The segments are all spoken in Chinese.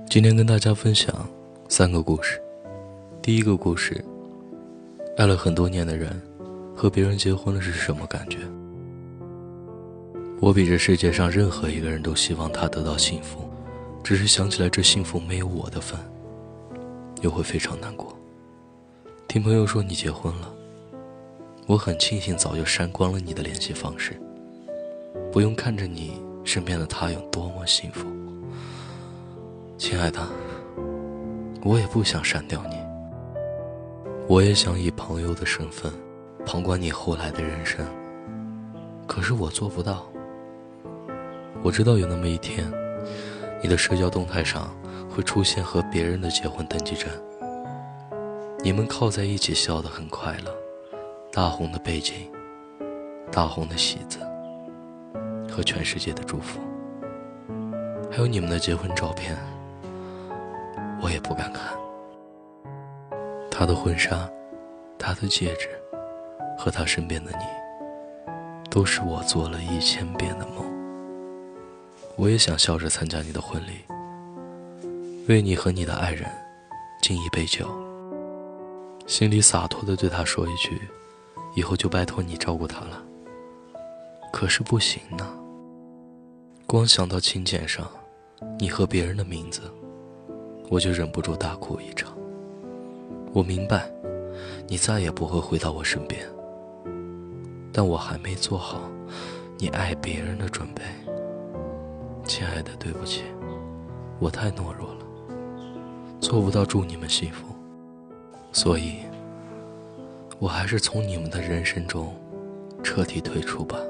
今天跟大家分享3个故事。第一个故事，爱了很多年的人和别人结婚了是什么感觉？我比这世界上任何一个人都希望他得到幸福，只是想起来这幸福没有我的份，又会非常难过。听朋友说你结婚了，我很庆幸早就删光了你的联系方式，不用看着你身边的他有多么幸福。亲爱的，我也不想删掉你，我也想以朋友的身份旁观你后来的人生，可是我做不到。我知道有那么一天，你的社交动态上会出现和别人的结婚登记证，你们靠在一起笑得很快乐，大红的背景，大红的喜字和全世界的祝福，还有你们的结婚照片，我也不敢看。他的婚纱，他的戒指和他身边的你，都是我做了1000遍的梦。我也想笑着参加你的婚礼，为你和你的爱人敬一杯酒，心里洒脱地对他说一句，以后就拜托你照顾他了。可是不行啊，光想到请柬上你和别人的名字，我就忍不住大哭一场。我明白你再也不会回到我身边，但我还没做好你爱别人的准备。亲爱的，对不起，我太懦弱了，做不到祝你们幸福，所以我还是从你们的人生中彻底退出吧。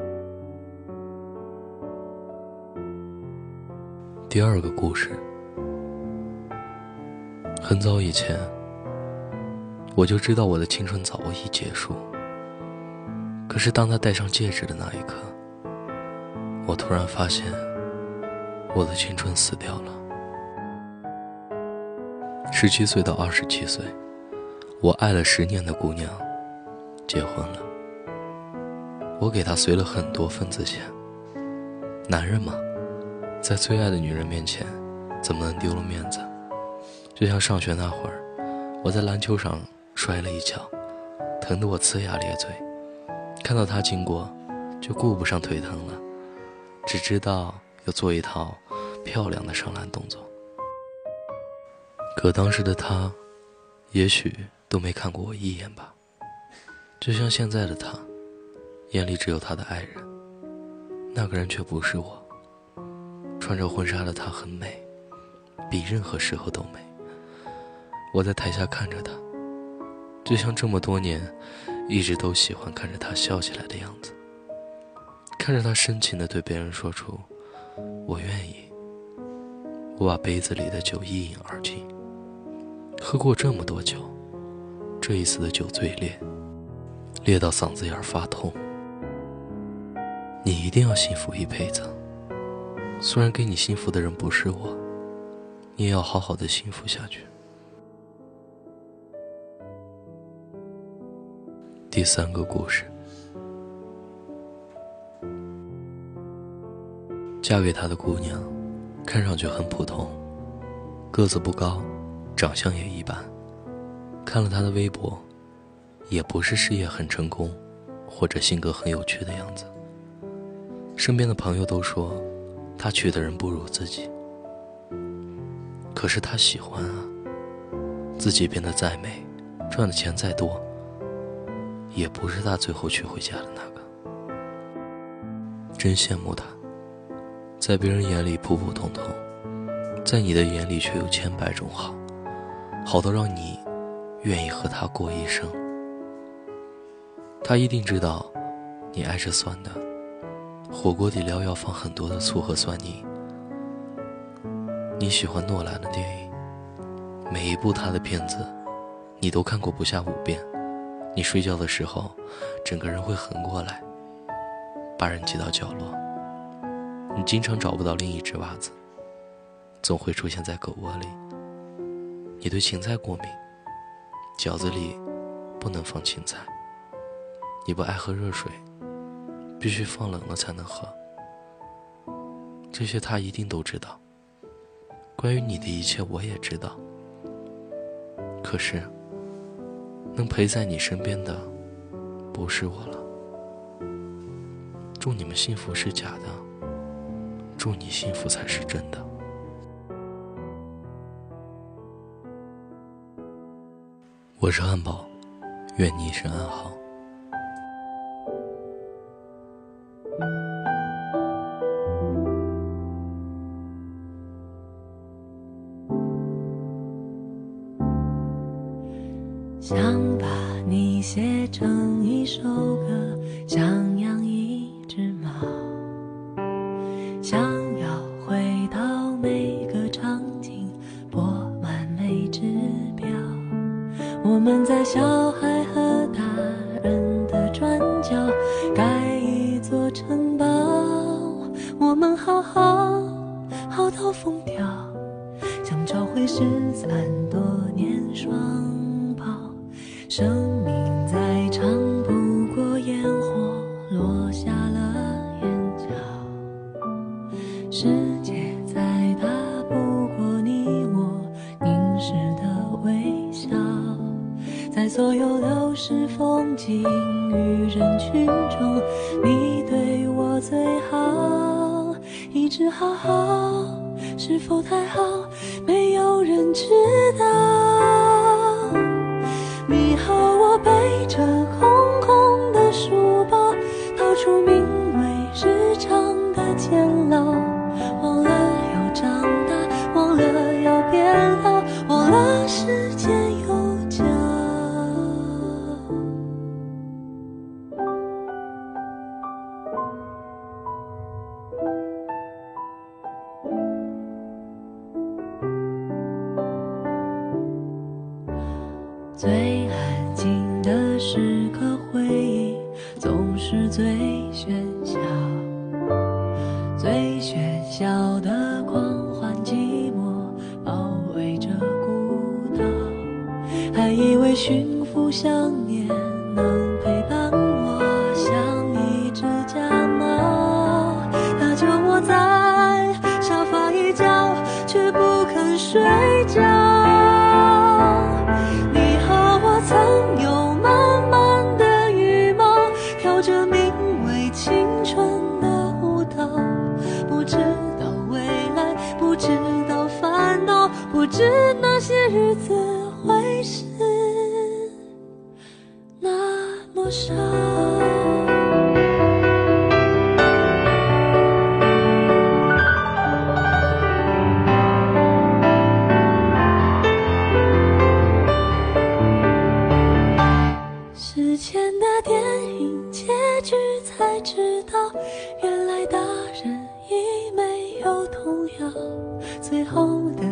第二个故事，很早以前我就知道我的青春早已结束，可是当他戴上戒指的那一刻，我突然发现我的青春死掉了。17岁到27岁，我爱了10年的姑娘结婚了，我给她随了很多份子钱。男人嘛，在最爱的女人面前怎么能丢了面子？就像上学那会儿，我在篮球场摔了一跤，疼得我呲牙咧嘴，看到她经过就顾不上腿疼了，只知道要做一套漂亮的上篮动作。可当时的她也许都没看过我一眼吧，就像现在的她眼里只有她的爱人，那个人却不是我。穿着婚纱的她很美，比任何时候都美。我在台下看着她，就像这么多年一直都喜欢看着她笑起来的样子，看着她深情地对别人说出我愿意。我把杯子里的酒一饮而尽，喝过这么多酒，这一次的酒最烈，烈到嗓子眼发痛。你一定要幸福一辈子，虽然给你幸福的人不是我，你也要好好的幸福下去。第3个故事，嫁给他的姑娘看上去很普通，个子不高，长相也一般。看了他的微博，也不是事业很成功或者性格很有趣的样子。身边的朋友都说他娶的人不如自己，可是他喜欢啊，自己变得再美，赚的钱再多，也不是他最后娶回家的那个。真羡慕他，在别人眼里普普通通，在你的眼里却有千百种好，好到让你愿意和他过一生。他一定知道你爱吃酸的，火锅底料要放很多的醋和蒜泥。你喜欢诺兰的电影，每一部他的片子你都看过不下5遍。你睡觉的时候整个人会横过来，把人挤到角落。你经常找不到另一只袜子，总会出现在狗窝里。你对芹菜过敏，饺子里不能放芹菜。你不爱喝热水，必须放冷了才能喝。这些他一定都知道， 关于你的一切我也知道，可是能陪在你身边的不是我了。祝你们幸福是假的，祝你幸福才是真的。我是汉堡，愿你一生安好。 想把你写成一首歌，想养一只猫，想要回到每个场景，播满每只表。我们在小孩和大人的转角盖一座城堡，我们好到疯掉，想找回13多年双胞。生命再长不过烟火落下了眼角，世界再大不过你我凝视的微笑，在所有流逝风景与人群中，你对我最好，一直好好，是否太好，没有人知道。你和我背着空空的书包，逃出名为日常的监牢，忘了要长大，忘了要变老，忘了时间有脚。最安静的时刻，回忆总是最喧嚣，最喧嚣的狂欢寂寞包围着孤岛，还以为驯服想念能陪伴我，像一只假猫，它就窝在沙发一角，却不肯睡觉。曾有满满的羽毛，跳着名为青春的舞蹈，不知道未来，不知道烦恼，不知那些日子会是那么少。之前的电影结局才知道，原来大人已没有童谣，最后的